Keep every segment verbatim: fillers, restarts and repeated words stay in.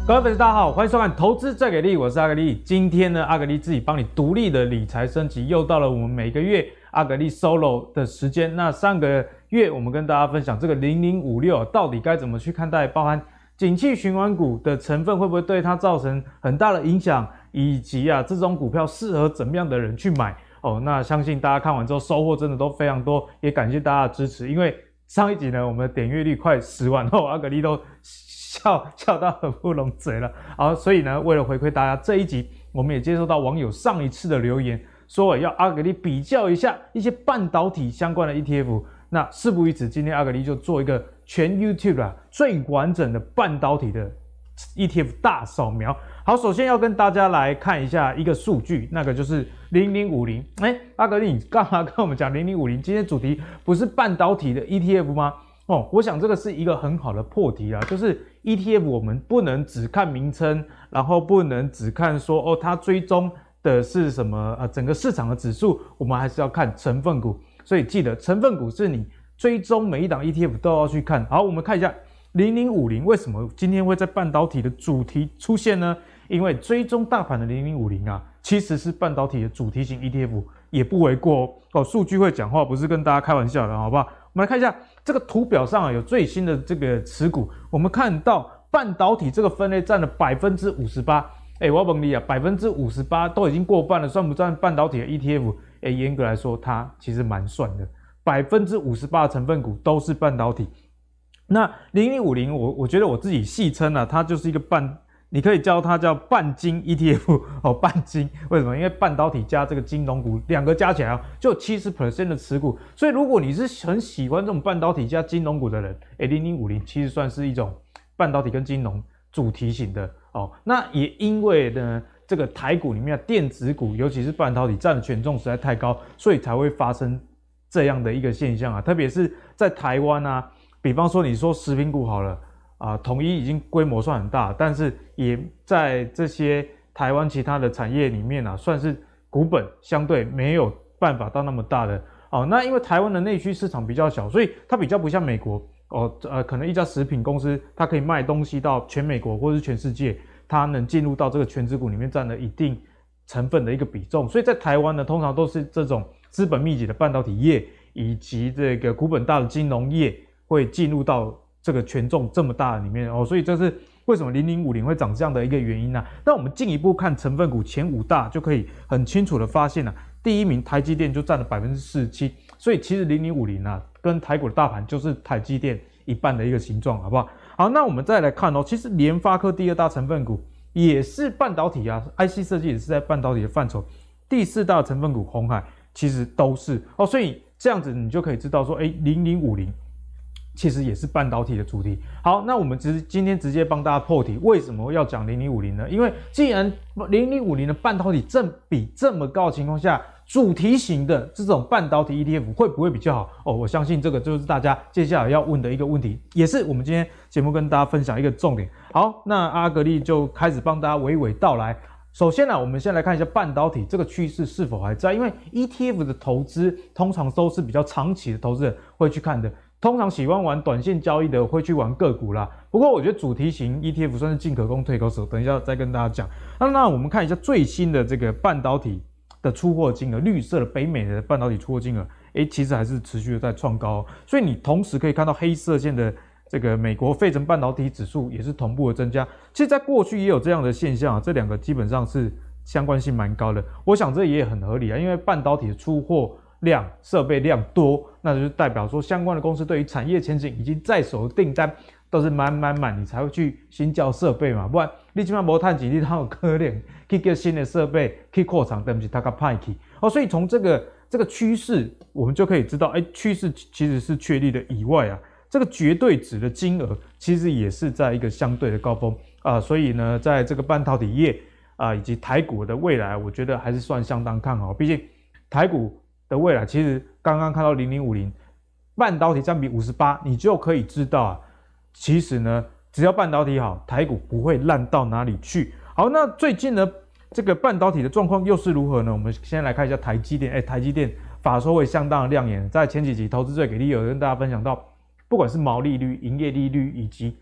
各位粉丝大家好，欢迎收看投资最给力，我是阿格力。今天呢，阿格力自己帮你独立的理财升级，又到了我们每个月阿格力 solo 的时间。那上个月我们跟大家分享这个零零五六到底该怎么去看待，包含景气循环股的成分会不会对它造成很大的影响，以及啊这种股票适合怎么样的人去买哦。那相信大家看完之后收获真的都非常多，也感谢大家的支持，因为上一集呢我们的点阅率快十万后，阿格力都笑笑到合不拢嘴了。好，所以呢，为了回馈大家，这一集我们也接收到网友上一次的留言，说要阿格力比较一下一些半导体相关的 E T F。那事不宜迟，今天阿格力就做一个全 YouTube 啊最完整的半导体的 E T F 大扫描。好，首先要跟大家来看一下一个数据，那个就是零零五零。哎，阿格力，你干嘛跟我们讲零零五零？今天主题不是半导体的 E T F 吗？哦，我想这个是一个很好的破题啦，就是 E T F 我们不能只看名称，然后不能只看说哦它追踪的是什么呃整个市场的指数，我们还是要看成分股。所以记得成分股是你追踪每一档 E T F 都要去看。好，我们看一下零零五零为什么今天会在半导体的主题出现呢？因为追踪大盘的零零五零啊，其实是半导体的主题型 E T F， 也不为过哦。哦，数据会讲话，不是跟大家开玩笑的，好不好？我们来看一下这个图表上啊，有最新的这个持股，我们看到半导体这个分类占了 百分之五十八。哎，我要问你啊 ，百分之五十八 都已经过半了，算不算半导体的 E T F？ 哎，严格来说，它其实蛮算的， 百分之五十八 的成分股都是半导体。那零零五零，我我觉得我自己戏称啊，它就是一个半，你可以叫它叫半金 E T F 哦，半金。为什么？因为半导体加这个金融股两个加起来就有 百分之七十 的持股，所以如果你是很喜欢这种半导体加金融股的人，哎，零零五零其实算是一种半导体跟金融主题型的哦。那也因为呢，这个台股里面的电子股，尤其是半导体占的权重实在太高，所以才会发生这样的一个现象啊。特别是在台湾啊，比方说你说食品股好了啊，统一已经规模算很大，但是也在这些台湾其他的产业里面啊，算是股本相对没有办法到那么大的哦。那因为台湾的内需市场比较小，所以它比较不像美国哦，呃，可能一家食品公司它可以卖东西到全美国或是全世界，它能进入到这个全指股里面占了一定成分的一个比重。所以在台湾呢，通常都是这种资本密集的半导体业以及这个股本大的金融业会进入到这个权重这么大的里面哦，所以这是为什么零零五零会涨这样的一个原因啊。那我们进一步看成分股前五大，就可以很清楚的发现啊，第一名台积电就占了 百分之四十七， 所以其实零零五零啊跟台股的大盘就是台积电一半的一个形状，好不好？好，那我们再来看哦，其实联发科第二大成分股也是半导体啊 ，I C 设计也是在半导体的范畴。第四大成分股鸿海其实都是哦，所以这样子你就可以知道说，哎，零零五零其实也是半导体的主题。好，那我们直今天直接帮大家破题，为什么要讲零零五零呢？因为既然零零五零的半导体正比这么高的情况下，主题型的这种半导体 E T F 会不会比较好？哦，我相信这个就是大家接下来要问的一个问题，也是我们今天节目跟大家分享一个重点。好，那阿格力就开始帮大家娓娓道来。首先呢，我们先来看一下半导体这个趋势是否还在，因为 E T F 的投资通常都是比较长期的投资人会去看的。通常喜欢玩短线交易的会去玩个股啦，不过我觉得主题型 E T F 算是进可攻退可守，等一下再跟大家讲。那那我们看一下最新的这个半导体的出货金额，绿色的北美的半导体出货金额，诶，其实还是持续的在创高哦，所以你同时可以看到黑色线的这个美国费城半导体指数也是同步的增加。其实在过去也有这样的现象啊，这两个基本上是相关性蛮高的，我想这也很合理啊，因为半导体的出货量设备量多，那就是代表说相关的公司对于产业前景以及在手的订单都是满满满，你才会去新交设备嘛，不然你基本上没赚钱，你哪有可能去叫新的设备去扩厂，对不起，它个派去哦。所以从这个这个趋势，我们就可以知道，哎，趋势其实是确立的以外啊，这个绝对值的金额其实也是在一个相对的高峰啊、呃，所以呢，在这个半导体业啊、呃、以及台股的未来，我觉得还是算相当看好，毕竟台股的未来，其实刚刚看到零零五零半导体占比五十八，你就可以知道啊，其实呢，只要半导体好，台股不会烂到哪里去。好，那最近呢，这个半导体的状况又是如何呢？我们先来看一下台积电，哎，台积电法说会相当的亮眼，在前几集投资最给力有跟大家分享到，不管是毛利率、营业利率以及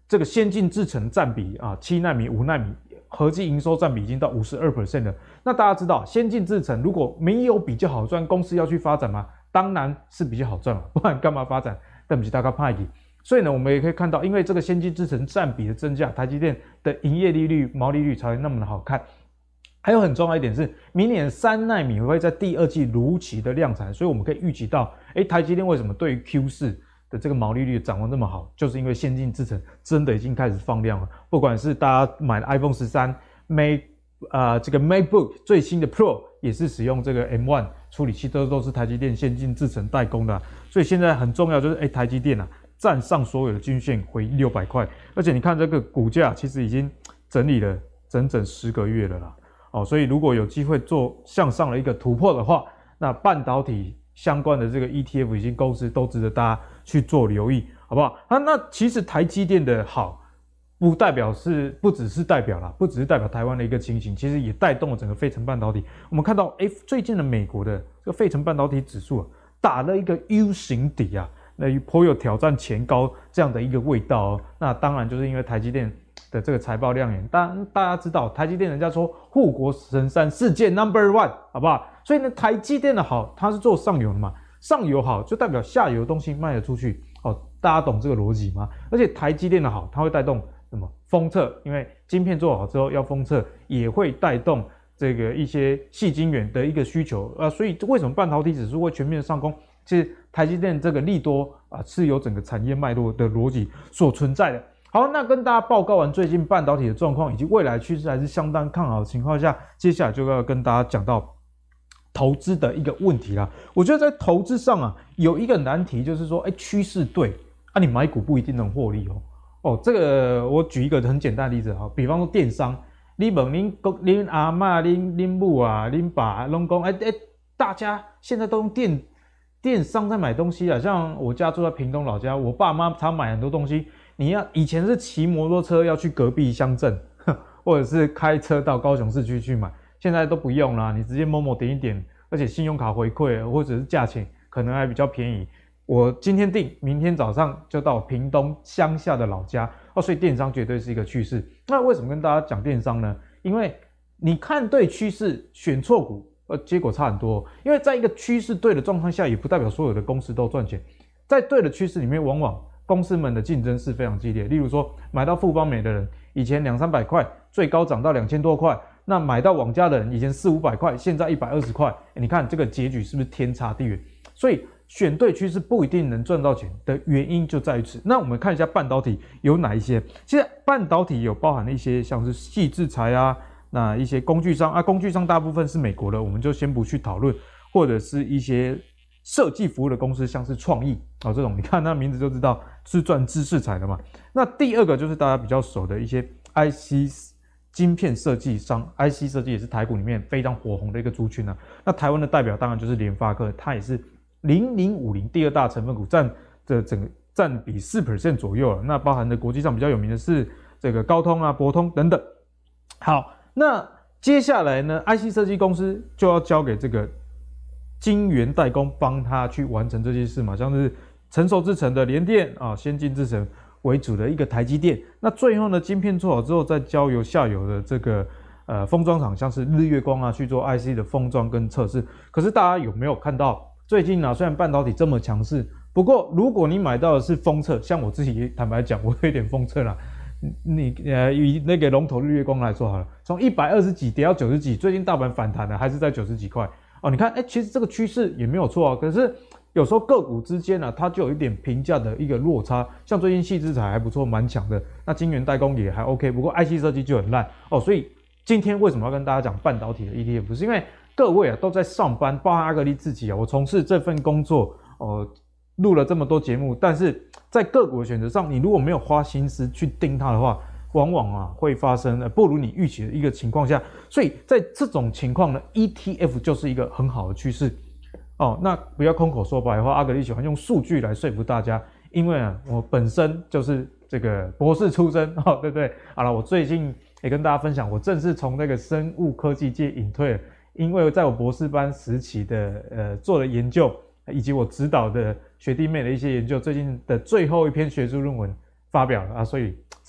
这个先进制程占比啊，七奈米、五奈米合计营收占比已经到 百分之五十二 了。那大家知道，先进制程如果没有比较好赚，公司要去发展吗？当然是比较好赚嘛，不然干嘛发展？但不是大家派给。所以呢，我们也可以看到，因为这个先进制程占比的增加，台积电的营业利率、毛利率才会那么的好看。还有很重要一点是，明年三奈米会在第二季如期的量产，所以我们可以预期到，哎，台积电为什么对于 Q 四的这个毛利率掌握那么好，就是因为先进制程真的已经开始放量了。不管是大家买的 iPhone 十三、Mac 啊、呃、这个 MacBook 最新的 Pro 也是使用这个 M 一 处理器，都都是台积电先进制程代工的、啊。所以现在很重要就是，哎，台积电啊。站上所有的均线回六百块，而且你看这个股价其实已经整理了整整十个月了啦，哦，所以如果有机会做向上的一个突破的话，那半导体相关的这个 E T F 已经公司都值得大家去做留意，好不好？啊，那其实台积电的好，不代表是不只是代表啦，不只是代表台湾的一个情形，其实也带动了整个费城半导体。我们看到，哎，最近的美国的这个费城半导体指数啊，打了一个 U 型底啊。那颇有挑战前高这样的一个味道哦。那当然就是因为台积电的这个财报亮眼，大大家知道台积电人家说护国神山世界 number one， 好不好？所以呢，台积电的好，它是做上游的嘛，上游好就代表下游的东西卖得出去，哦，大家懂这个逻辑吗？而且台积电的好，它会带动什么封测？因为晶片做好之后要封测，也会带动这个一些矽晶圆的一个需求啊。所以为什么半导体指数会全面上攻？其实台积电这个利多啊，是有整个产业脉络的逻辑所存在的。好，那跟大家报告完最近半导体的状况以及未来趋势还是相当看好的情况下，接下来就要跟大家讲到投资的一个问题啦。我觉得在投资上啊，有一个难题就是说，哎，趋势对啊，你买股不一定能获利哦。哦，这个我举一个很简单的例子啊，比方说电商，你问恁恁阿嬷、恁恁母啊、恁爸拢讲，哎哎，大家现在都用电。电商在买东西啊，像我家住在屏东老家，我爸妈常买很多东西。你要以前是骑摩托车要去隔壁乡镇，或者是开车到高雄市区去买，现在都不用啦，你直接某某点一点，而且信用卡回馈或者是价钱可能还比较便宜。我今天订，明天早上就到屏东乡下的老家哦，所以电商绝对是一个趋势。那为什么跟大家讲电商呢？因为你看对趋势，选错股。呃，结果差很多、哦，因为在一个趋势对的状况下，也不代表所有的公司都赚钱。在对的趋势里面，往往公司们的竞争是非常激烈。例如说，买到富邦美的人，以前两三百块，最高涨到两千多块；那买到网家的人，以前四五百块，现在一百二十块。你看这个结局是不是天差地远？所以选对趋势不一定能赚到钱的原因就在于此。那我们看一下半导体有哪一些？其实半导体有包含了一些像是矽智财啊。那一些工具商啊，工具商大部分是美国的，我们就先不去讨论，或者是一些设计服务的公司，像是创意啊、哦、这种，你看它名字就知道是赚知识财的嘛。那第二个就是大家比较熟的一些 I C 晶片设计商 ，I C 设计也是台股里面非常火红的一个族群啊。那台湾的代表当然就是联发科，它也是零零五零第二大成分股，占的整个占比 百分之四 左右了。那包含的国际上比较有名的是这个高通啊、博通等等。好。那接下来呢 ，I C 设计公司就要交给这个晶圆代工帮他去完成这些事嘛，像是成熟制程的联电啊，先进制程为主的一个台积电。那最后呢，晶片做好之后，再交由下游的这个呃封装厂，像是日月光啊去做 I C 的封装跟测试。可是大家有没有看到最近啊，虽然半导体这么强势，不过如果你买到的是封测，像我自己坦白讲，我有一点封测啦。你呃以那个龙头日月光来说好了，从一百二十几跌到九十几，最近大盘反弹了，还是在九十几块哦。你看，哎，其实这个趋势也没有错啊。可是有时候个股之间呢、啊，它就有一点评价的一个落差。像最近矽智财还不错，蛮强的。那晶圆代工也还 OK， 不过 I C 设计就很烂哦。所以今天为什么要跟大家讲半导体的 E T F？ 是因为各位啊都在上班，包含阿格力自己啊，我从事这份工作哦。录了这么多节目，但是在个股的选择上，你如果没有花心思去盯它的话，往往啊会发生不如你预期的一个情况下，所以在这种情况呢 ，E T F 就是一个很好的趋势哦。那不要空口说白话，阿格力喜欢用数据来说服大家，因为啊我本身就是这个博士出身哦，对不对？好了，我最近也跟大家分享，我正式从那个生物科技界隐退了，因为在我博士班时期的呃做了研究。以及我指导的学弟妹的一些研究，最近的最后一篇学术论文发表了啊，所以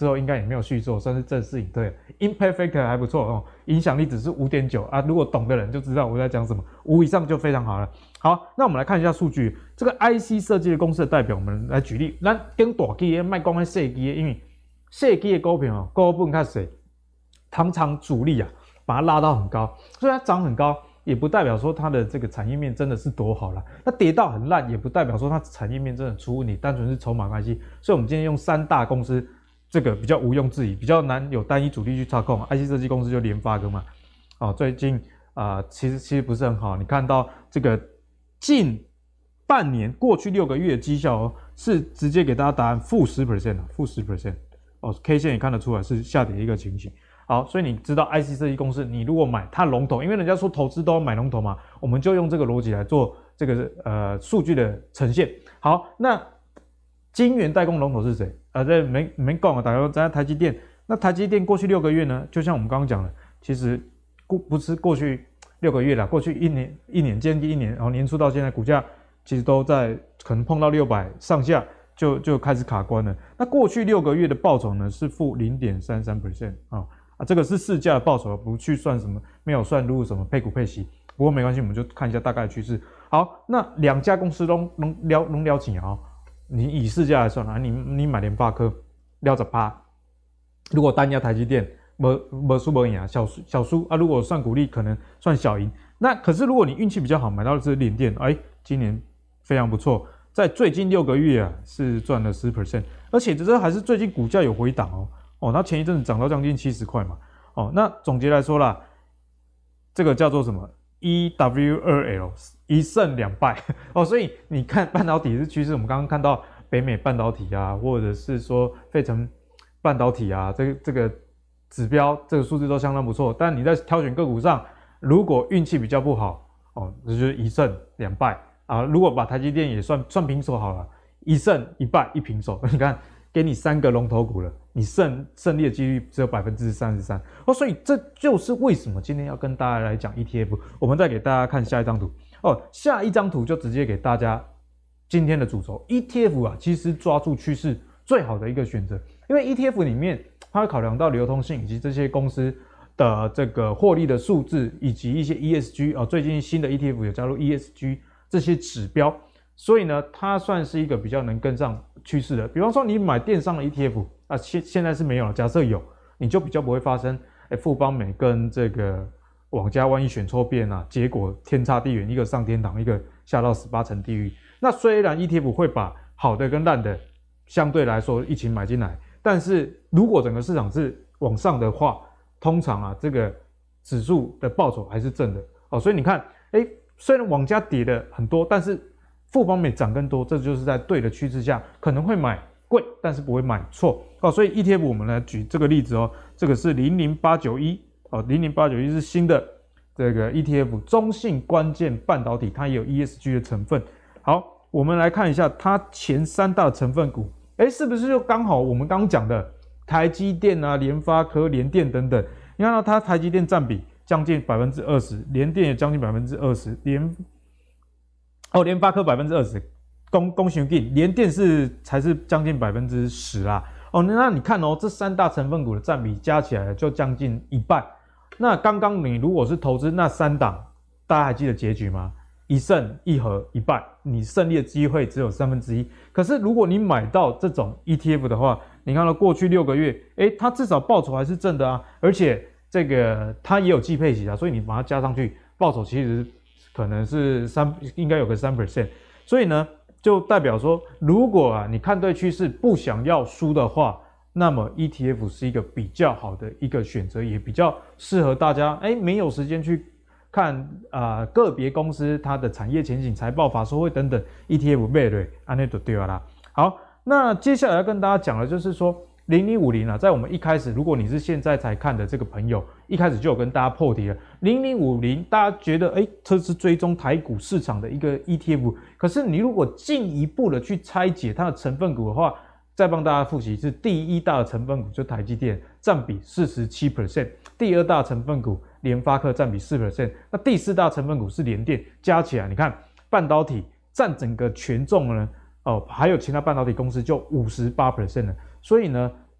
之后应该也没有续作，算是正式隐退。Imperfect 还不错哦，影响力只是 五点九 啊，如果懂的人就知道我在讲什么，五以上就非常好了。好，那我们来看一下数据，这个 I C 设计的公司的代表，我们来举例，咱跟大企业卖讲跟小企业，因为小企业股票哦，股本较小，常常主力啊把它拉到很高，所以它涨很高。也不代表说它的这个产业面真的是多好啦，那跌到很烂，也不代表说它产业面真的出问题，单纯是筹码关系。所以，我们今天用三大公司，这个比较毋庸置疑，比较难有单一主力去操控。I C 设计公司就联发科嘛，哦，最近啊、呃，其实其实不是很好。你看到这个近半年过去六个月的绩效哦，是直接给大家答案负十 percent 啊，负十 percent 哦 ，K 线也看得出来是下跌一个情形。好，所以你知道 I C 设计公司，你如果买它龙头，因为人家说投资都要买龙头嘛，我们就用这个逻辑来做这个呃数据的呈现。好，那晶圆代工龙头是谁？啊，这没没讲啊，大家在台积电。那台积电过去六个月呢，就像我们刚刚讲的，其实过不是过去六个月啦，过去一年一年接近一年，然后年初到现在股价其实都在可能碰到六百上下就就开始卡关了。那过去六个月的报酬呢是负 零点三三 percent 啊。啊，这个是市价的报酬，不去算什么，没有算入什么配股配息。不过没关系，我们就看一下大概的趋势。好，那两家公司都能了能了解啊。你以市价来算啊，你你买联发科了十趴，如果单压台积电，没没输没赢啊，小输小输啊。如果算股利，可能算小赢。那可是如果你运气比较好，买到的是联电，哎，今年非常不错，在最近六个月啊是赚了 百分之十， 而且这还是最近股价有回档哦。哦，它前一阵子涨到将近七十块嘛。哦，那总结来说啦，这个叫做什么 ？E W 二 L 一胜两败哦，所以你看半导体是趋势，我们刚刚看到北美半导体啊，或者是说费城半导体啊，这个这个指标这个数字都相当不错。但你在挑选个股上，如果运气比较不好哦，这就是一胜两败啊。如果把台积电也算算平手好了，一胜一败一平手，你看。给你三个龙头股了，你胜胜利的几率只有 百分之三十三 哦，所以这就是为什么今天要跟大家来讲 E T F。我们再给大家看下一张图哦，下一张图就直接给大家今天的主轴 E T F 啊，其实抓住趋势最好的一个选择，因为 E T F 里面它会考量到流通性以及这些公司的这个获利的数字，以及一些 E S G 哦，最近新的 E T F 有加入 E S G 这些指标。所以呢，它算是一个比较能跟上趋势的。比方说，你买电商的 E T F 啊，现现在是没有了。假设有，你就比较不会发生，哎，富邦美跟这个网家万一选错边啊，结果天差地远，一个上天堂，一个下到十八层地狱。那虽然 E T F 会把好的跟烂的相对来说一起买进来，但是如果整个市场是往上的话，通常啊，这个指数的报酬还是正的哦。所以你看，哎，虽然网家跌的很多，但是富邦美涨更多，这就是在对的趋势下可能会买贵，但是不会买错哦。所以 E T F 我们来举这个例子哦，这个是零零八九一哦，零零八九一是新的这个 E T F， 中信关键半导体，它也有 E S G 的成分。好，我们来看一下它前三大成分股，哎，是不是就刚好我们刚刚讲的台积电啊、联发科、联电等等？你看到它台积电占比将近 百分之二十， 联电也将近 百分之二十， 联哦，联发科 百分之二十， 恭恭喜你，联电是才是将近 百分之十 啦。哦，那你看哦，这三大成分股的占比加起来就将近一半。那刚刚你如果是投资那三档，大家还记得结局吗？一胜一和一败，你胜利的机会只有三分之一。可是如果你买到这种 E T F 的话，你看到过去六个月，诶，它至少报酬还是正的啊，而且这个它也有季配息啊，所以你把它加上去，报酬其实可能是三，应该有个 百分之三。所以呢，就代表说，如果啊你看对趋势，不想要输的话，那么 E T F 是一个比较好的一个选择，也比较适合大家。哎，没有时间去看啊、呃、个别公司它的产业前景、财报、法说会等等 ，E T F 买对，安内就对了啦。好，那接下来要跟大家讲的就是说。零零五零啊，在我们一开始，如果你是现在才看的这个朋友，一开始就有跟大家破题了。零零五零，大家觉得，哎，这是追踪台股市场的一个 E T F。可是你如果进一步的去拆解它的成分股的话，再帮大家复习，是第一大的成分股就台积电，占比 百分之四十七； 第二大成分股联发科占比 百分之四， 那第四大成分股是联电，加起来你看半导体占整个权重呢，哦，还有其他半导体公司就 百分之五十八 了。所以呢，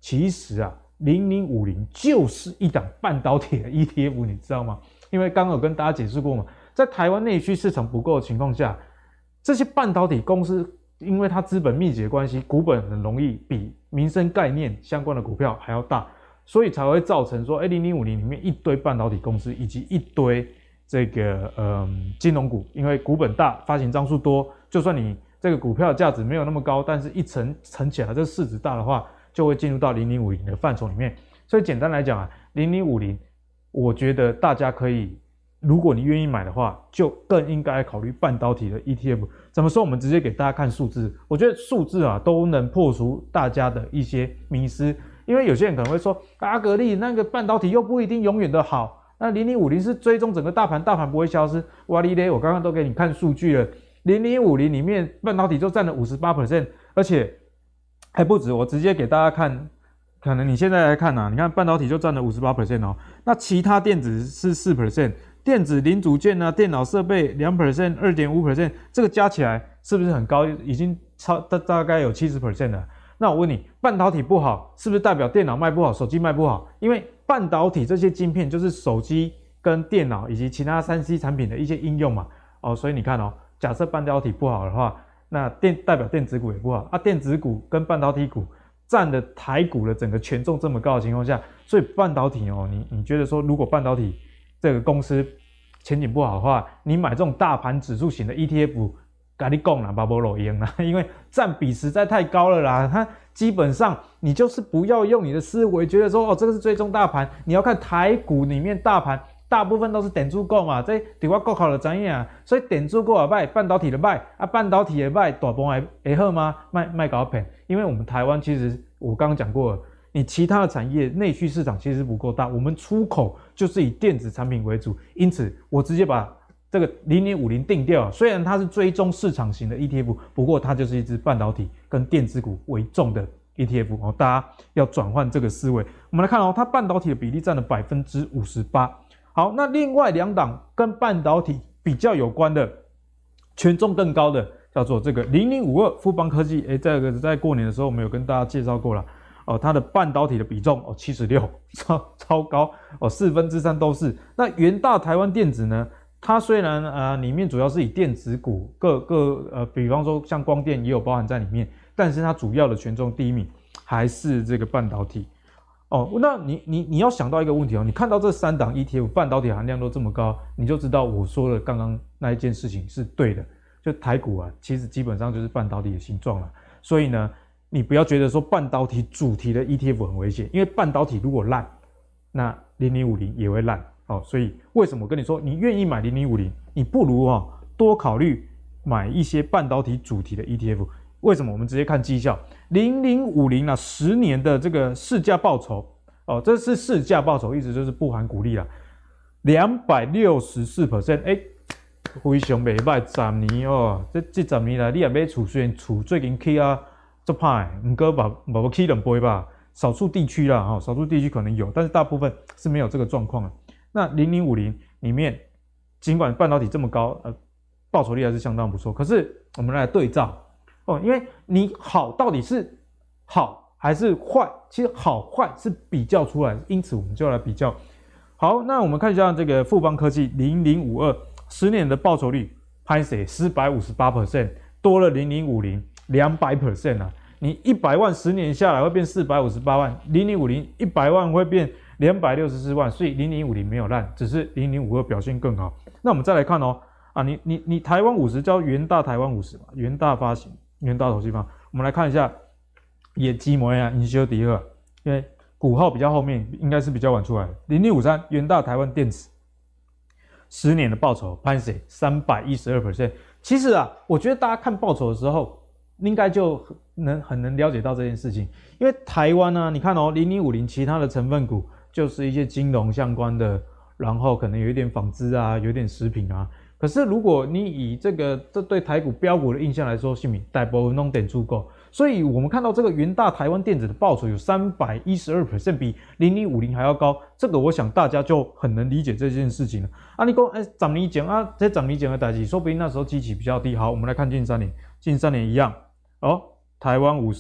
其实啊，零零五零就是一档半导体的 E T F， 你知道吗？因为刚刚有跟大家解释过嘛，在台湾内需市场不够的情况下，这些半导体公司因为它资本密集的关系，股本很容易比民生概念相关的股票还要大，所以才会造成说，哎，零零五零里面一堆半导体公司以及一堆这个嗯金融股，因为股本大，发行张数多，就算你这个股票的价值没有那么高，但是一层层起来，这个市值大的话，就会进入到零零五零的范畴里面。所以简单来讲啊，零零五零，我觉得大家可以，如果你愿意买的话，就更应该考虑半导体的 E T F。怎么说？我们直接给大家看数字，我觉得数字啊都能破除大家的一些迷思。因为有些人可能会说，阿格力那个半导体又不一定永远的好，那零零五零是追踪整个大盘，大盘不会消失。哇哩嘞，我刚刚都给你看数据了。零零五零里面半导体就占了 百分之五十八， 而且还不止，我直接给大家看，可能你现在来看啊，你看半导体就占了 百分之五十八 哦，那其他电子是 百分之四， 电子零组件啊，电脑设备 百分之二、二点五， 这个加起来是不是很高？已经超大大概有 百分之七十 了。那我问你，半导体不好，是不是代表电脑卖不好，手机卖不好？因为半导体这些晶片就是手机跟电脑以及其他 三 C 产品的一些应用嘛，哦，所以你看哦。假设半导体不好的话，那电代表电子股也不好啊。电子股跟半导体股占的台股的整个权重这么高的情况下，所以半导体哦，你你觉得说，如果半导体这个公司前景不好的话，你买这种大盘指数型的 E T F， 跟你讲啦，没路用啦，因为占比实在太高了啦。它基本上你就是不要用你的思维，觉得说哦，这个是追踪大盘，你要看台股里面大盘。大部分都是电子股嘛，这对我国考就知影啊，所以电子股也歹，半导体也歹啊，半导体也歹，大盘会会好吗？卖卖搞骗，因为我们台湾其实我刚刚讲过了，你其他的产业内需市场其实不够大，我们出口就是以电子产品为主，因此我直接把这个零零五零定掉，虽然它是追踪市场型的 E T F， 不过它就是一支半导体跟电子股为重的 E T F 哦，大家要转换这个思维。我们来看哦，它半导体的比例占了 百分之五十八。好，那另外两档跟半导体比较有关的，权重更高的叫做这个零零五二富邦科技，诶，这个在过年的时候我们有跟大家介绍过了，哦，它的半导体的比重哦七十六，超超高哦，四分之三都是。那元大台湾电子呢，它虽然呃里面主要是以电子股各各呃，比方说像光电也有包含在里面，但是它主要的权重第一名还是这个半导体。哦，那你你你要想到一个问题哦，你看到这三档 E T F 半导体含量都这么高，你就知道我说的刚刚那一件事情是对的。就台股啊，其实基本上就是半导体的形状了。所以呢，你不要觉得说半导体主题的 E T F 很危险，因为半导体如果烂，那零零五零也会烂。哦，所以为什么我跟你说，你愿意买零零五零，你不如哦多考虑买一些半导体主题的 E T F。为什么？我们直接看绩效，零零五零啊，十年的这个市价报酬哦，这是市价报酬，意思就是不含股利啦， 两百六十四 percent， 哎，非常袂歹，十年哦，这这十年来你也买厝，虽然厝最近起啊足歹，不过吧无起两倍吧，少数地区啦，哈、哦，少数地区可能有，但是大部分是没有这个状况的。那零零五零里面，尽管半导体这么高，呃，报酬率还是相当不错，可是我们来对照。哦，因为你好到底是好还是坏，其实好坏是比较出来的，因此我们就来比较。好，那我们看一下这个富邦科技零零五二十年的报酬率，拍谁 百分之四百五十八， 多了零零五零 两百 percent 啊！你一百万十年下来会变四百五十八万，零零五零一百万会变两百六十四万，所以零零五零没有烂，只是零零五二表现更好。那我们再来看哦，啊，你你你台湾五十叫元大台湾五十嘛，元大发行。元大投信方，我们来看一下业绩模样，营收第二，因为股号比较后面，应该是比较晚出来的。零零五三元大台湾电子，十年的报酬，潘谁 百分之三百一十二。其实啊，我觉得大家看报酬的时候，应该就能很能了解到这件事情，因为台湾呢、啊，你看哦，零零五零其他的成分股就是一些金融相关的，然后可能有一点纺织啊，有一点食品啊。可是如果你以这个这对台股标股的印象来说，是米大部分都点足够，所以我们看到这个元大台湾电子的报酬有 百分之三百一十二， 比零零五零还要高，这个我想大家就很能理解这件事情了。啊，你说哎，十年前啊，这十年前的代志，说不定那时候基期比较低。好，我们来看近三年，近三年一样哦，台湾五十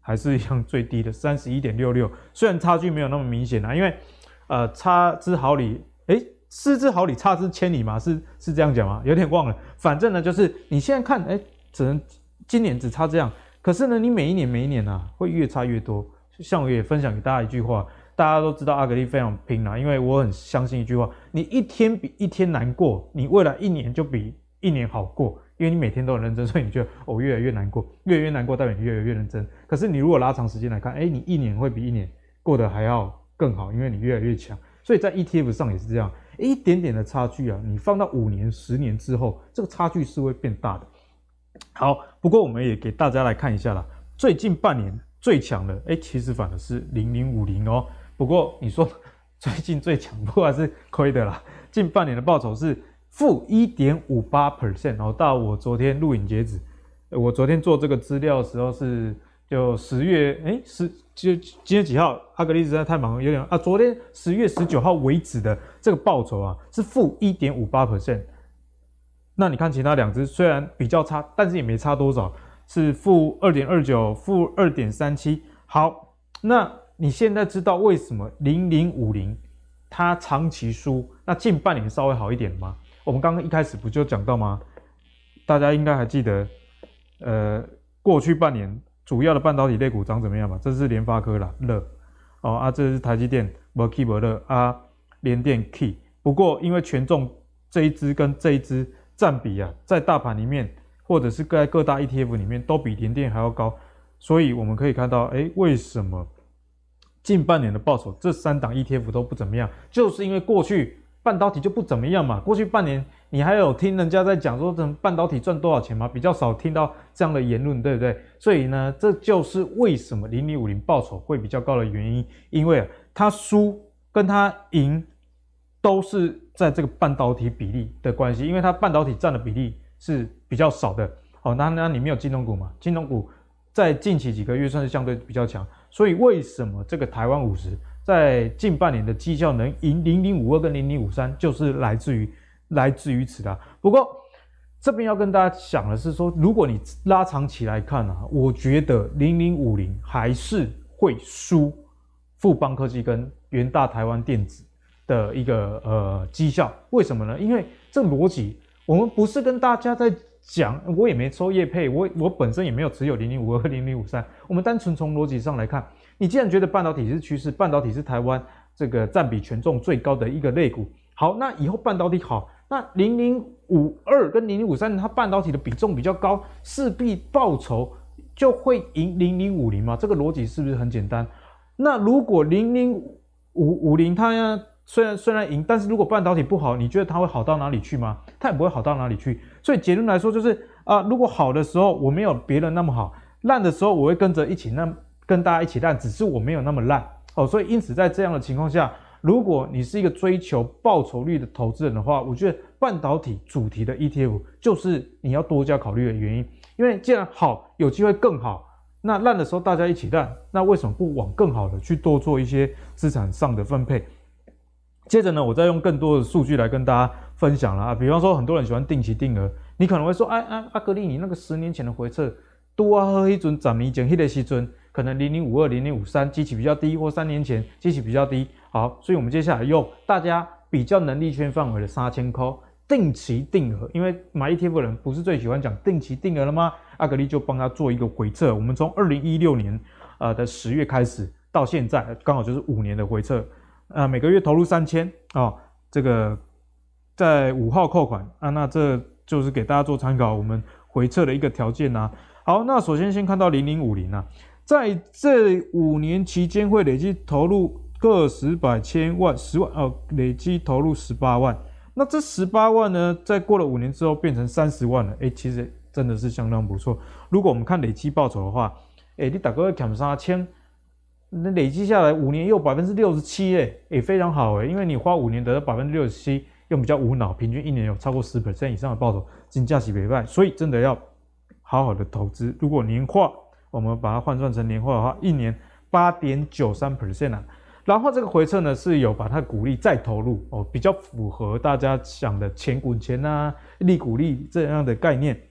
还是一样最低的 三十一点六六， 虽然差距没有那么明显啊，因为呃差之毫厘，哎，失之毫厘，差之千里嘛，是是这样讲吗？有点忘了，反正呢就是你现在看，哎，只能今年只差这样，可是呢你每一年每一年啊会越差越多。像我也分享给大家一句话，大家都知道阿格力非常拼啦，因为我很相信一句话，你一天比一天难过，你未来一年就比一年好过，因为你每天都很认真，所以你觉得我、哦、越来越难过，越来越难过代表你越来越认真。可是你如果拉长时间来看，哎，你一年会比一年过得还要更好，因为你越来越强。所以在 E T F 上也是这样，一点点的差距啊，你放到五年、十年之后，这个差距是会变大的。好，不过我们也给大家来看一下啦，最近半年最强的，哎，其实反而是零零五零哦。不过你说最近最强，不过还是亏的啦。近半年的报酬是负 百分之一点五八， 然后到我昨天录影截止，我昨天做这个资料的时候是就十月，哎，十就今天几号？阿格力实在太忙了，有点啊。昨天十月十九号为止的这个报酬啊，是负 百分之一点五八。那你看其他两只虽然比较差，但是也没差多少，是负 二点二九、负 二点三七。好，那你现在知道为什么零零五零它长期输，那近半年稍微好一点吗？我们刚刚一开始不就讲到吗？大家应该还记得，呃，过去半年主要的半导体类股涨怎么样吧？这是联发科啦，热哦啊，这是台积电，没 key 没热啊，联电 key。不过因为权重这一支跟这一支占比啊，在大盘里面或者是在各大 E T F 里面都比联电还要高，所以我们可以看到，哎，为什么近半年的报酬这三档 E T F 都不怎么样？就是因为过去半导体就不怎么样嘛。过去半年你还有听人家在讲说半导体赚多少钱吗？比较少听到这样的言论，对不对？所以呢，这就是为什么零零五零报酬会比较高的原因，因为它输跟它赢都是在这个半导体比例的关系，因为它半导体占的比例是比较少的。哦，那那你没有金融股嘛？金融股在近期几个月算是相对比较强，所以为什么这个台湾五十在近半年的绩效能赢零零五二跟零零五三，就是来自于来自于此的。不过这边要跟大家讲的是说，如果你拉长期来看啊，我觉得零零五零还是会输富邦科技跟元大台湾电子的一个呃绩效。为什么呢？因为这个逻辑，我们不是跟大家在讲，我也没收业配，我我本身也没有持有零零五二和零零五三，我们单纯从逻辑上来看，你既然觉得半导体是趋势，半导体是台湾这个占比权重最高的一个类股，好，那以后半导体好，那零零五二跟零零五三它半导体的比重比较高，势必报酬就会赢零零五零嘛，这个逻辑是不是很简单？那如果零零五零它虽然虽然赢，但是如果半导体不好，你觉得它会好到哪里去吗？它也不会好到哪里去。所以结论来说就是啊、呃，如果好的时候我没有别人那么好，烂的时候我会跟着一起那跟大家一起烂，只是我没有那么烂哦。所以因此在这样的情况下，如果你是一个追求报酬率的投资人的话，我觉得半导体主题的 E T F 就是你要多加考虑的原因。因为既然好，有机会更好，那烂的时候大家一起烂，那为什么不往更好的去多做一些资产上的分配？接着呢，我再用更多的数据来跟大家分享啦。比方说，很多人喜欢定期定额，你可能会说，哎哎，阿格力，你那个十年前的回撤，多啊，喝一准十年前那个时阵，可能零零五二、零零五三基期比较低，或三年前基期比较低。好，所以我们接下来用大家比较能力圈范围的三千块定期定额，因为买 E T F 的人不是最喜欢讲定期定额了吗？阿格力就帮他做一个回测，我们从二零一六年呃的十月开始到现在，刚好就是五年的回测。啊，每个月投入三千啊，这个在五号扣款啊，那这就是给大家做参考，我们回测的一个条件啊。好，那首先先看到零零五零啊，在这五年期间会累计投入个十百千万十万哦，累计投入十八万。那这十八万呢，在过了五年之后变成三十万了，哎，其实真的是相当不错。如果我们看累计报酬的话，哎，你大概砍三千。那累积下来五年又百分之六十七，哎，也非常好哎，因为你花五年得到百分之六十七，用比较无脑，平均一年有超过十 percent 以上的报酬，金价是不错，所以真的要好好的投资。如果年化，我们把它换算成年化的话，一年八点九三 percent 啊。然后这个回撤呢是有把它股利再投入哦，比较符合大家想的钱滚钱啊、利股利这样的概念。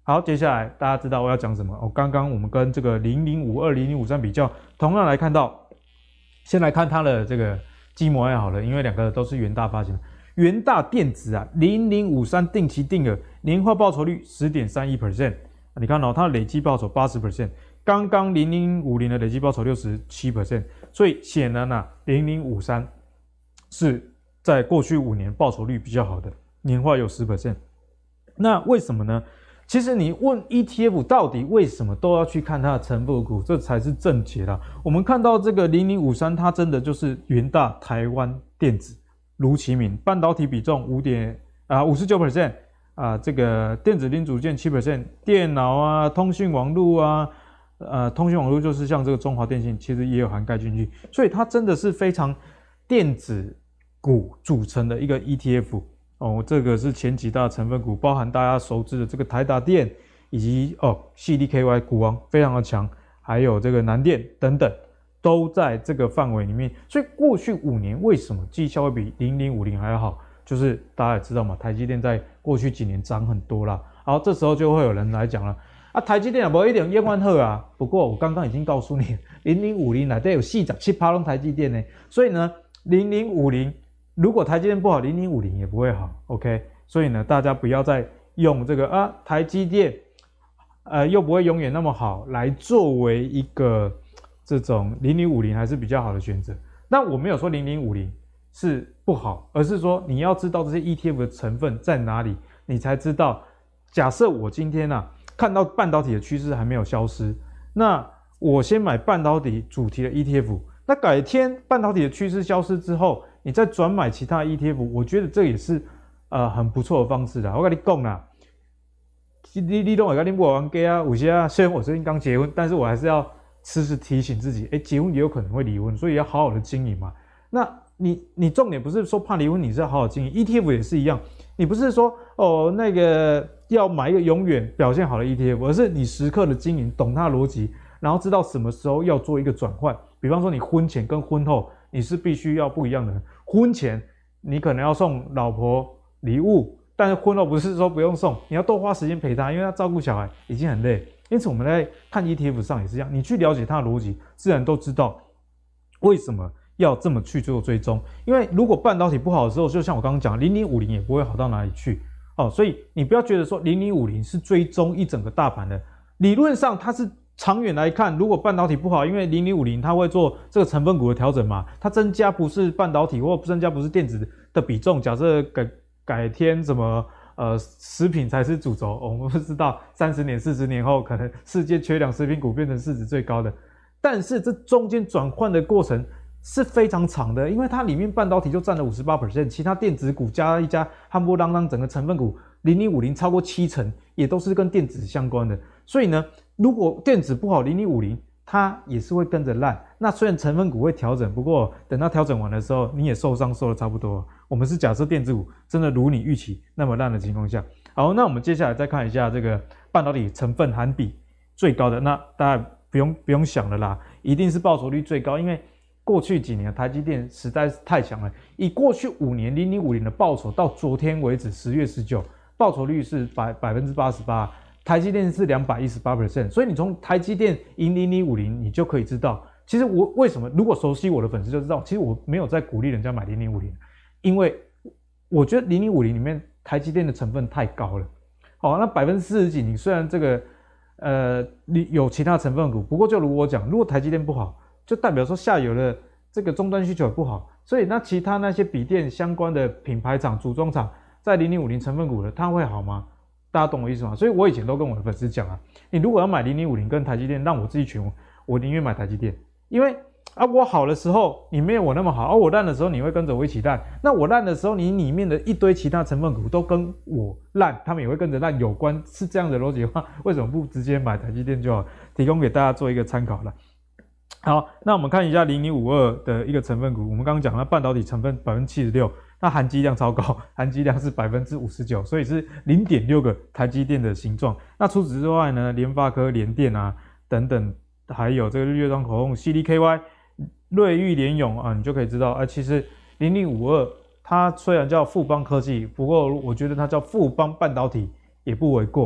好，接下来大家知道我要讲什么？哦，刚刚我们跟这个零零五二、零零五三比较，同样来看到，先来看它的这个基模案好了，因为两个都是元大发行的。元大电子啊，零零五三定期定额年化报酬率 百分之十点三一， 你看哦，它的累计报酬 百分之八十， 刚刚零零五零的累计报酬 百分之六十七， 所以显然啊，零零五三是在过去五年报酬率比较好的，年化有 百分之十。 那为什么呢？其实你问 E T F 到底为什么都要去看它的成分股，这才是正解啦。我们看到这个零零五三，它真的就是元大台湾电子，如其名，半导体比重五点啊五十九 percent 啊，这个电子零组件七 percent， 电脑啊、通讯网络啊，呃，通讯网络就是像这个中华电信，其实也有涵盖进去，所以它真的是非常电子股组成的一个 E T F。哦，这个是前几大成分股，包含大家熟知的这个台达电，以及哦 C D K Y 股王非常的强，还有这个南电等等，都在这个范围里面。所以过去五年为什么绩效会比零零五零还要好？就是大家也知道嘛，台积电在过去几年涨很多啦。好，这时候就会有人来讲了，啊，台积电也不一定业绩好啊。不过我刚刚已经告诉你，零零五零内底有 百分之四十七 拢台积电呢，所以呢，零零五零。如果台积电不好，零零五零也不会好 ，OK。所以呢，大家不要再用这个啊，台积电，呃，又不会永远那么好，来作为一个这种零零五零还是比较好的选择。但我没有说零零五零是不好，而是说你要知道这些 E T F 的成分在哪里，你才知道。假设我今天啊看到半导体的趋势还没有消失，那我先买半导体主题的 E T F。那改天半导体的趋势消失之后，你再转买其他 E T F， 我觉得这也是呃很不错的方式啦。我跟你讲啦，你你都会跟你不玩 gay 啊，有些啊，虽然我最近刚结婚，但是我还是要时时提醒自己，哎，结婚也有可能会离婚，所以要好好的经营嘛。那你你重点不是说怕离婚，你是要好好经营 ，E T F 也是一样，你不是说哦那个要买一个永远表现好的 E T F， 而是你时刻的经营，懂它的逻辑，然后知道什么时候要做一个转换。比方说你婚前跟婚后你是必须要不一样的。婚前你可能要送老婆礼物，但是婚后不是说不用送，你要多花时间陪她，因为她照顾小孩已经很累。因此我们在看 E T F 上也是这样，你去了解它的逻辑，自然都知道为什么要这么去做追踪。因为如果半导体不好的时候，就像我刚刚讲，零零五零也不会好到哪里去哦。所以你不要觉得说零零五零是追踪一整个大盘的，理论上它是。长远来看，如果半导体不好，因为零零五零它会做这个成分股的调整嘛，它增加不是半导体或增加不是电子的比重，假设改改天什么呃食品才是主轴，我们不知道三十年、四十年后可能世界缺粮，食品股变成市值最高的，但是这中间转换的过程是非常长的，因为它里面半导体就占了 百分之五十八， 其他电子股加一加夯不啷当整个成分股零零五零超过七成也都是跟电子相关的，所以呢。如果电子不好，零零五零它也是会跟着烂。那虽然成分股会调整，不过等它调整完的时候，你也受伤受的差不多。我们是假设电子股真的如你预期那么烂的情况下，好，那我们接下来再看一下这个半导体成分含比最高的，那大家不用不用想了啦，一定是报酬率最高，因为过去几年台积电实在是太强了。以过去五年零零五零的报酬到昨天为止，十月十九，报酬率是百百分之八十八。台积电是 百分之两百一十八， 所以你从台积电赢零零五零，你就可以知道，其实我为什么，如果熟悉我的粉丝就知道，其实我没有在鼓励人家买零零五零，因为我觉得零零五零里面台积电的成分太高了。好，那百分之四十几，你虽然这个呃你有其他成分股，不过就如我讲，如果台积电不好，就代表说下游的这个终端需求也不好，所以那其他那些笔电相关的品牌厂、组装厂在零零五零成分股的，它会好吗？大家懂我意思吗？所以我以前都跟我的粉丝讲啊，你如果要买零零五零跟台积电，让我自己选，我宁愿买台积电，因为啊我好的时候你没有我那么好，而、啊、我烂的时候你会跟着我一起烂，那我烂的时候你里面的一堆其他成分股都跟我烂，他们也会跟着烂有关，是这样的逻辑的话，为什么不直接买台积电就好？提供给大家做一个参考了。好，那我们看一下零零五二的一个成分股，我们刚刚讲了半导体成分 百分之七十六， 那含积量超高，含积量是 百分之五十九， 所以是 零点六 个台积电的形状。那除此之外呢，联发科、联电啊等等，还有这个日月光口红、C D K Y、瑞昱联咏啊，你就可以知道，啊，其实零零五二它虽然叫富邦科技，不过我觉得它叫富邦半导体也不为过。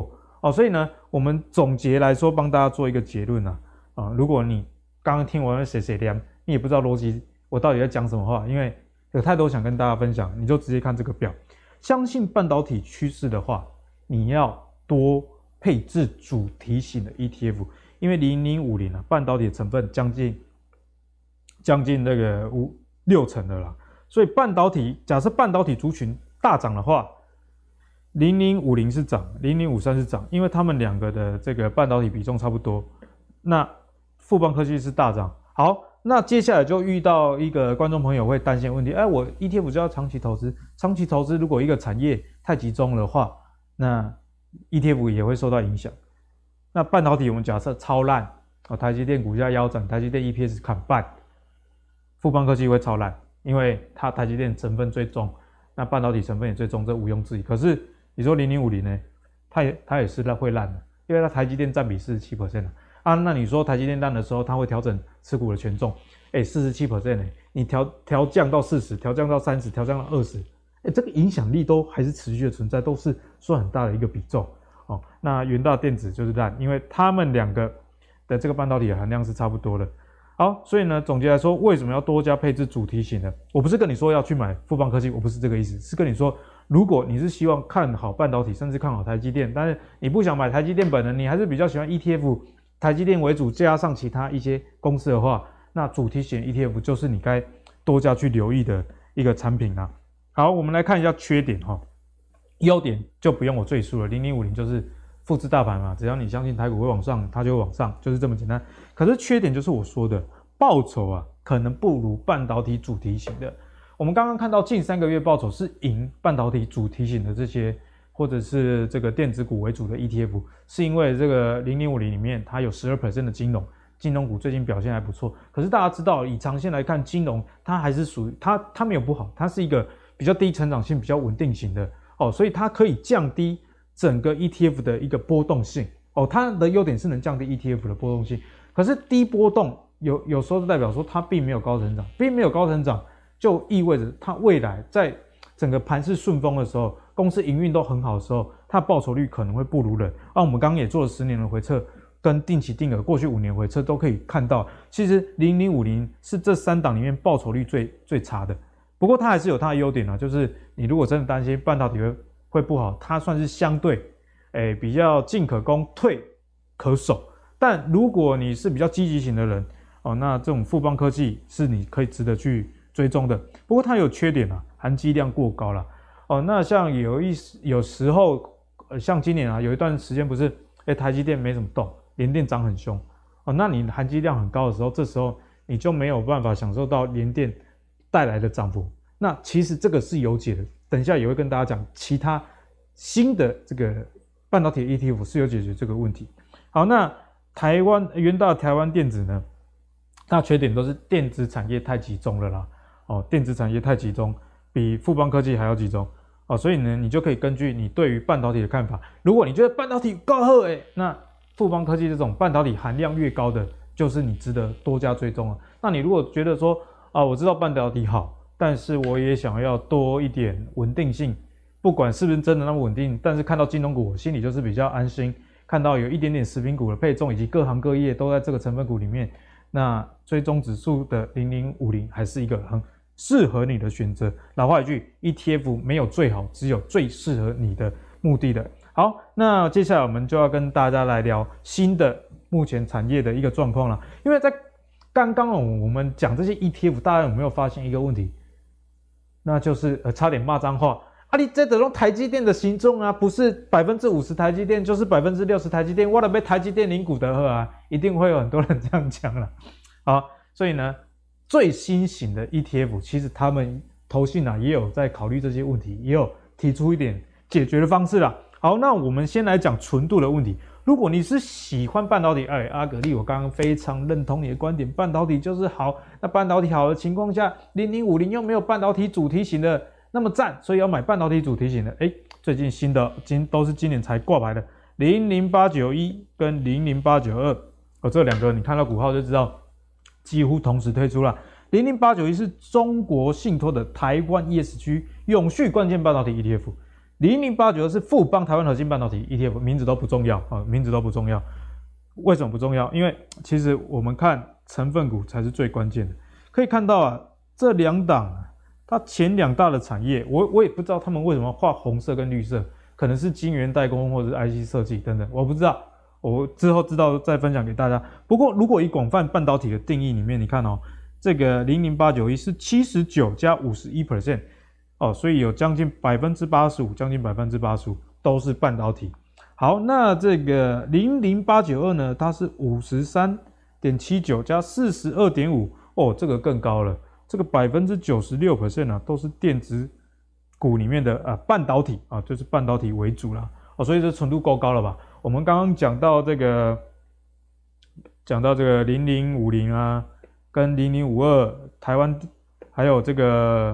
哦，所以呢，我们总结来说，帮大家做一个结论啊，啊，如果你刚刚听完谁谁凉，你也不知道逻辑我到底在讲什么话，因为有太多想跟大家分享，你就直接看这个表。相信半导体趋势的话，你要多配置主题型的 E T F， 因为零零五零啊，半导体的成分将近将近那个五六成的啦，所以半导体假设半导体族群大涨的话，零零五零是涨，零零五三是涨，因为他们两个的这个半导体比重差不多。那富邦科技是大涨，好，那接下来就遇到一个观众朋友会担心的问题，哎，我 E T F 就要长期投资，长期投资如果一个产业太集中的话，那 E T F 也会受到影响。那半导体我们假设超烂，哦，台积电股价腰斩，台积电 E P S 砍半，富邦科技会超烂，因为它台积电成分最重，那半导体成分也最重，这毋庸置疑。可是你说零零五零呢，它也它也是会烂的，因为它台积电占比 百分之四十七 啊。啊，那你说台积电烂的时候，它会调整持股的权重，哎 ，百分之四十七 呢，你调调降到四十，调降到三十，调降到二十，哎，这个影响力都还是持续的存在，都是算很大的一个比重哦。那元大电子就是烂，因为他们两个的这个半导体的含量是差不多的。好，所以呢，总结来说，为什么要多加配置主题型的？我不是跟你说要去买富邦科技，我不是这个意思，是跟你说，如果你是希望看好半导体，甚至看好台积电，但是你不想买台积电本人，你还是比较喜欢 E T F。台积电为主，加上其他一些公司的话，那主题型 E T F 就是你该多加去留意的一个产品啊。好，我们来看一下缺点哈，优点就不用我赘述了，零零五零就是复制大盘嘛，只要你相信台股会往上，它就会往上，就是这么简单。可是缺点就是我说的，报酬啊，可能不如半导体主题型的。我们刚刚看到近三个月报酬是赢半导体主题型的这些。或者是这个电子股为主的 E T F， 是因为这个零零五零里面它有 百分之十二 的金融，金融股最近表现还不错。可是大家知道，以长线来看，金融它还是属于它它没有不好，它是一个比较低成长性、比较稳定型的哦，所以它可以降低整个 E T F 的一个波动性哦。它的优点是能降低 E T F 的波动性，可是低波动有有时候就代表说它并没有高成长，并没有高成长就意味着它未来在整个盘势顺风的时候。公司营运都很好的时候，它的报酬率可能会不如人。啊，我们刚刚也做了十年的回测，跟定期定额过去五年回测都可以看到，其实零零五零是这三档里面报酬率最最差的。不过它还是有它的优点啊，就是你如果真的担心半导体会会不好，它算是相对，诶比较进可攻，退可守。但如果你是比较积极型的人，哦，那这种富邦科技是你可以值得去追踪的。不过它有缺点啊，含积量过高啦。哦，那像有一有时候，呃，像今年啊，有一段时间不是，哎，台积电没怎么动，联电涨很凶，哦，那你含积量很高的时候，这时候你就没有办法享受到联电带来的涨幅。那其实这个是有解的，等一下也会跟大家讲，其他新的这个半导体 E T F 是有解决这个问题。好，那台湾元大台湾电子呢，它缺点都是电子产业太集中了啦，哦，电子产业太集中。比富邦科技还要集中哦，所以呢，你就可以根据你对于半导体的看法，如果你觉得半导体够好诶，那富邦科技这种半导体含量越高的，就是你值得多加追踪了。那你如果觉得说啊，我知道半导体好，但是我也想要多一点稳定性，不管是不是真的那么稳定，但是看到金融股，我心里就是比较安心，看到有一点点食品股的配重，以及各行各业都在这个成分股里面，那追踪指数的零零五零还是一个很适合你的选择。老话一句 ，E T F 没有最好，只有最适合你的目的的。好，那接下来我们就要跟大家来聊新的目前产业的一个状况了。因为在刚刚我们讲这些 E T F， 大家有没有发现一个问题？那就是呃，差点骂脏话啊！你这种台积电的行踪啊，不是百分之五十台积电，就是百分之六十台积电，我都被台积电领股的喝啊，一定会有很多人这样讲了。好，所以呢。最新型的 E T F， 其实他们投信啊也有在考虑这些问题，也有提出一点解决的方式啦。好，那我们先来讲纯度的问题。如果你是喜欢半导体，哎，阿格力，我刚刚非常认同你的观点，半导体就是好。那半导体好的情况下，零零五零又没有半导体主题型的那么赞，所以要买半导体主题型的。哎，最近新的今都是今年才挂牌的零零八九一跟零零八九二，哦，这两个你看到股号就知道。几乎同时推出了零零八九一是中国信托的台湾 E S G 永续关键半导体 E T F， 零零八九二是富邦台湾核心半导体 E T F， 名字都不重要啊，名字都不重要。为什么不重要？因为其实我们看成分股才是最关键的。可以看到啊，这两档啊，它前两大的产业，我我也不知道他们为什么画红色跟绿色，可能是晶圆代工或者是 I C 设计等等，我不知道，我之后知道再分享给大家。不过如果以广泛半导体的定义里面，你看哦，这个零零八九一是七十九加五十一 percent 哦，所以有将近百分之八十五，将近百分之八十五都是半导体。好，那这个零零八九二呢，它是五十三点七九加四十二点五，哦，这个更高了，这个百分之九十六 percent 啊，都是电子股里面的呃半导体啊，就是半导体为主啦，哦，所以这纯度够高了吧？我们刚刚讲到这个，讲到这个零零五零啊，跟零零五二台湾，还有这个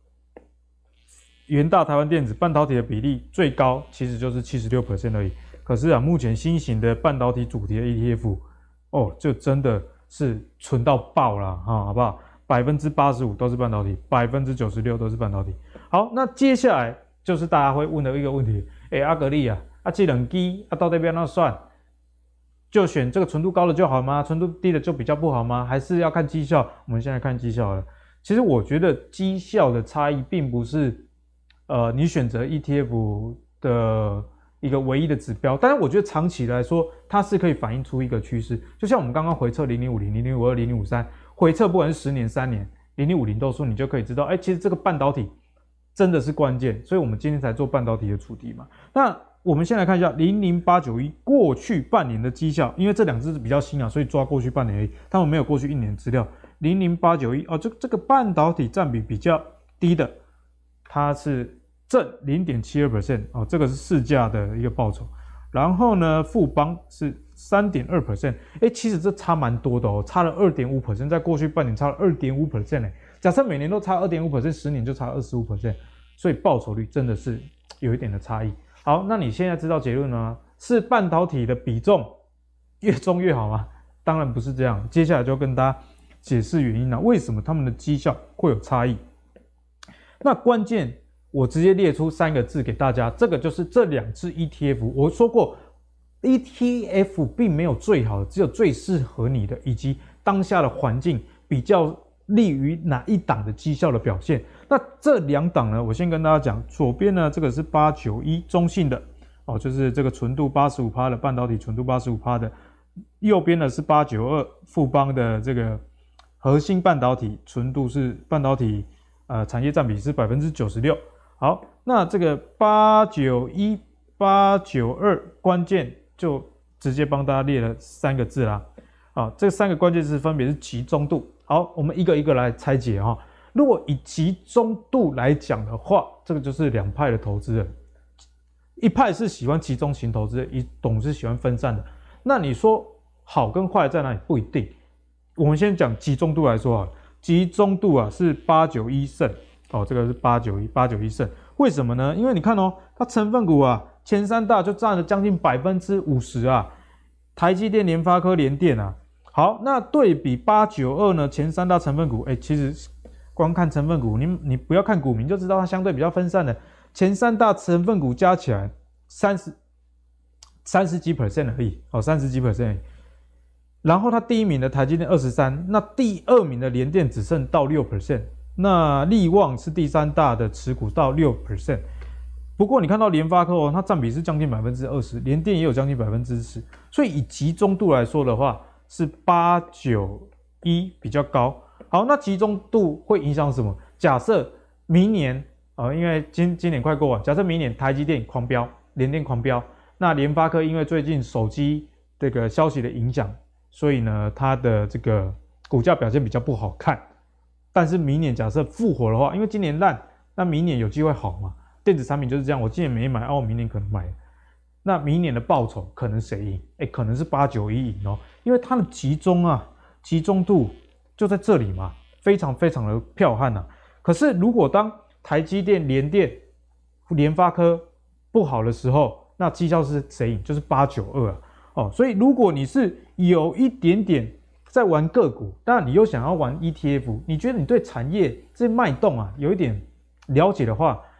元大台湾电子半导体的比例最高，其实就是 百分之七十六 而已。可是啊，目前新型的半导体主题的 E T F， 哦，就真的是纯到爆了哈，好不好？百分之八十五都是半导体，百分之九十六都是半导体。好，那接下来就是大家会问的一个问题，哎，阿格力啊，啊这两支啊到底要怎么算？就选这个纯度高的就好吗？纯度低的就比较不好吗？还是要看绩效？我们现在看绩效了。其实我觉得绩效的差异并不是。呃，你选择 E T F 的一个唯一的指标，但是我觉得长期来说，它是可以反映出一个趋势。就像我们刚刚回测零零五零、零零五二、零零五三，回测不管是十年、三年，零零五零都说，你就可以知道，哎，其实这个半导体真的是关键，所以我们今天才做半导体的主题嘛。那我们先来看一下零零八九一过去半年的绩效，因为这两只是比较新啊，所以抓过去半年而已，他们没有过去一年资料。零零八九一哦，这这个半导体占比比较低的。它是正 百分之零点七二 哦，这个是市价的一个报酬。然后呢，富邦是 百分之三点二， 哎，其实这差蛮多的哦，差了 百分之二点五， 在过去半年差了 百分之二点五 哎。假设每年都差 百分之二点五， 十年就差 百分之二十五， 所以报酬率真的是有一点的差异。好，那你现在知道结论了吗？是半导体的比重越重越好吗？当然不是这样。接下来就跟大家解释原因了，为什么他们的绩效会有差异？那关键我直接列出三个字给大家，这个就是这两只 E T F。我说过 ，E T F 并没有最好的，只有最适合你的，以及当下的环境比较利于哪一档的绩效的表现。那这两档呢，我先跟大家讲，左边呢这个是八九一中性的哦，就是这个纯度 百分之八十五 的半导体纯度 百分之八十五 的，右边呢是八九二富邦的这个核心半导体纯度是半导体。呃，产业占比是 百分之九十六。好，那这个八九一、八九二关键就直接帮大家列了三个字啦。啊，这三个关键字分别是集中度。好，我们一个一个来拆解哈。如果以集中度来讲的话，这个就是两派的投资人，一派是喜欢集中型投资人，一种是喜欢分散的。那你说好跟坏在哪里？不一定。我们先讲集中度来说啊。集中度啊是八九一胜哦，这个是八九一八九一胜，为什么呢？因为你看哦，它成分股啊前三大就占了将近百分之五十啊，台积电、联发科、联电啊。好，那对比八九二呢，前三大成分股，哎，其实光看成分股，你你不要看股民就知道它相对比较分散的，前三大成分股加起来三十三十几 percent 而已，哦，三十几 percent 而已。然后它第一名的台积电二十三，那第二名的联电只剩到 百分之六， 那力旺是第三大的持股到 百分之六。不过你看到联发科哦，它占比是将近 百分之二十， 联电也有将近 百分之十， 所以以集中度来说的话是八九一比较高。好，那集中度会影响什么？假设明年呃，因为今今年快过完，假设明年台积电狂飙，联电狂飙，那联发科因为最近手机这个消息的影响，所以呢，它的这个股价表现比较不好看。但是明年假设复活的话，因为今年烂，那明年有机会好嘛？电子产品就是这样，我今年没买，哦，我明年可能买。那明年的报酬可能谁赢？哎，可能是八九一赢哦，因为它的集中啊，集中度就在这里嘛，非常非常的剽悍啊。可是如果当台积电、联电、联发科不好的时候，那绩效是谁赢？就是八九二啊。哦，所以如果你是有一点点在玩个股，但你又想要玩 E T F， 你觉得你对产业这脉动啊有一点了解的话，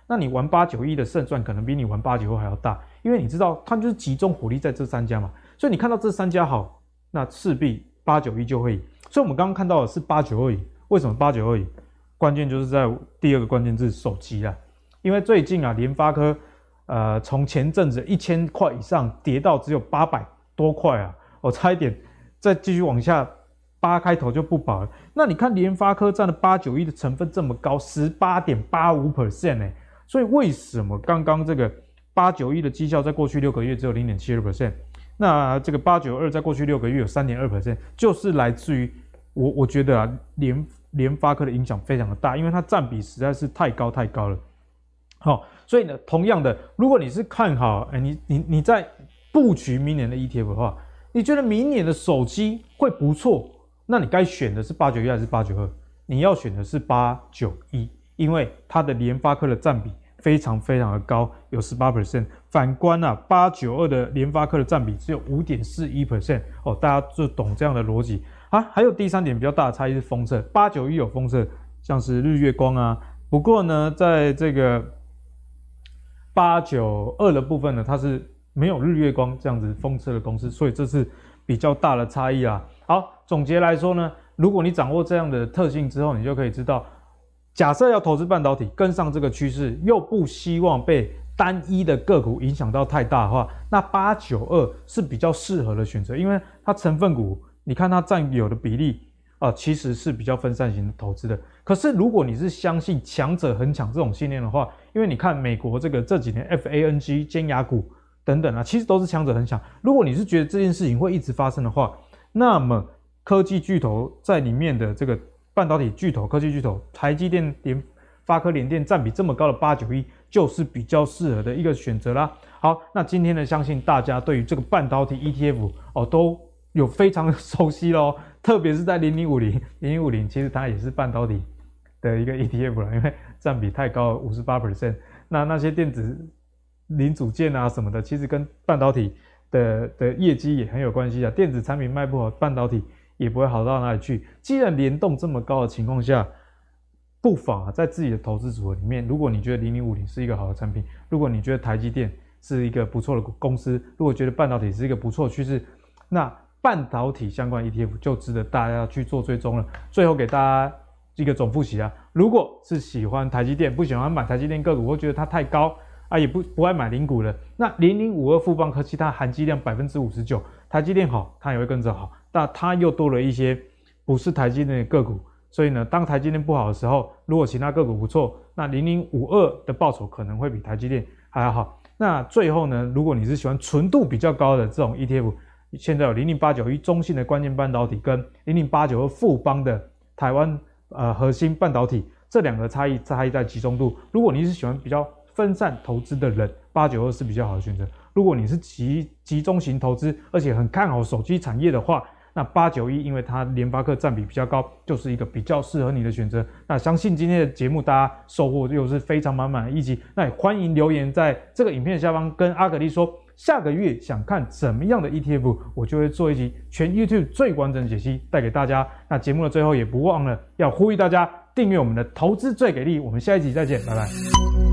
那你玩八九一的胜算可能比你玩八九二还要大，因为你知道它就是集中火力在这三家嘛，所以你看到这三家好，那势必八九一就会赢。所以我们刚刚看到的是八九二赢，为什么八九二赢？关键就是在第二个关键字手机啦，因为最近啊，联发科呃从前阵子一千块以上跌到只有八百多块啊，我、哦、差一点再继续往下。八开头就不保了。那你看联发科占了八九一的成分这么高 百分之十八点八五 呢，所以为什么刚刚这个八九一的绩效在过去六个月只有 百分之零点七二， 那这个八九二在过去六个月有 百分之三点二， 就是来自于我我觉得啊联联发科的影响非常的大，因为它占比实在是太高太高了。好、哦，所以呢，同样的，如果你是看好，哎，你你你在布局明年的 E T F 的话，你觉得明年的手机会不错？那你该选的是八九一还是八九二？你要选的是八九一，因为它的联发科的占比非常非常的高，有 百分之十八。反观啊，八九二的联发科的占比只有 百分之五点四一 哦，大家就懂这样的逻辑啊。还有第三点比较大的差异是封测，八九一有封测，像是日月光啊。不过呢，在这个八九二的部分呢，它是没有日月光这样子封测的公司，所以这是比较大的差异啊。好，总结来说呢，如果你掌握这样的特性之后，你就可以知道，假设要投资半导体，跟上这个趋势，又不希望被单一的个股影响到太大的话，那八九二是比较适合的选择，因为它成分股，你看它占有的比例啊、呃，其实是比较分散型的投资的。可是如果你是相信强者恒强这种信念的话，因为你看美国这个这几年 F A N G 尖牙股等等啊，其实都是强者恒强。如果你是觉得这件事情会一直发生的话，那么科技巨头在里面的这个半导体巨头、科技巨头，台积电、联发科、联电占比这么高的八九一，就是比较适合的一个选择啦。好，那今天呢，相信大家对于这个半导体 E T F 哦都有非常熟悉咯，特别是在零零五零，零零五零其实它也是半导体的一个 E T F 啦，因为占比太高了 百分之五十八。那那些电子零组件啊什么的，其实跟半导体的的业绩也很有关系啊。电子产品卖不好，半导体也不会好到哪里去。既然联动这么高的情况下，不妨啊在自己的投资组合里面，如果你觉得零零五零是一个好的产品，如果你觉得台积电是一个不错的公司，如果觉得半导体是一个不错的趋势，那半导体相关 E T F 就值得大家去做追踪了。最后给大家一个总复习啊，如果是喜欢台积电，不喜欢买台积电个股，或觉得它太高啊，也不不爱买零股了，那零零五二富邦科技它含积量 百分之五十九， 台积电好，它也会跟着好，但它又多了一些不是台积电的个股，所以呢，当台积电不好的时候，如果其他个股不错，那零零五二的报酬可能会比台积电还要好。那最后呢，如果你是喜欢纯度比较高的这种 E T F， 现在有零零八九一中信的关键半导体跟零零八九二富邦的台湾呃核心半导体，这两个差异差异在集中度。如果你是喜欢比较分散投资的人，八九二是比较好的选择。如果你是集集中型投资，而且很看好手机产业的话，那八九一因为它联发科占比比较高，就是一个比较适合你的选择。那相信今天的节目大家收获又是非常满满的一集。那也欢迎留言在这个影片下方跟阿格力说，下个月想看怎么样的 E T F， 我就会做一集全 YouTube 最完整的解析带给大家。那节目的最后也不忘了要呼吁大家订阅我们的投资最给力，我们下一集再见，拜拜。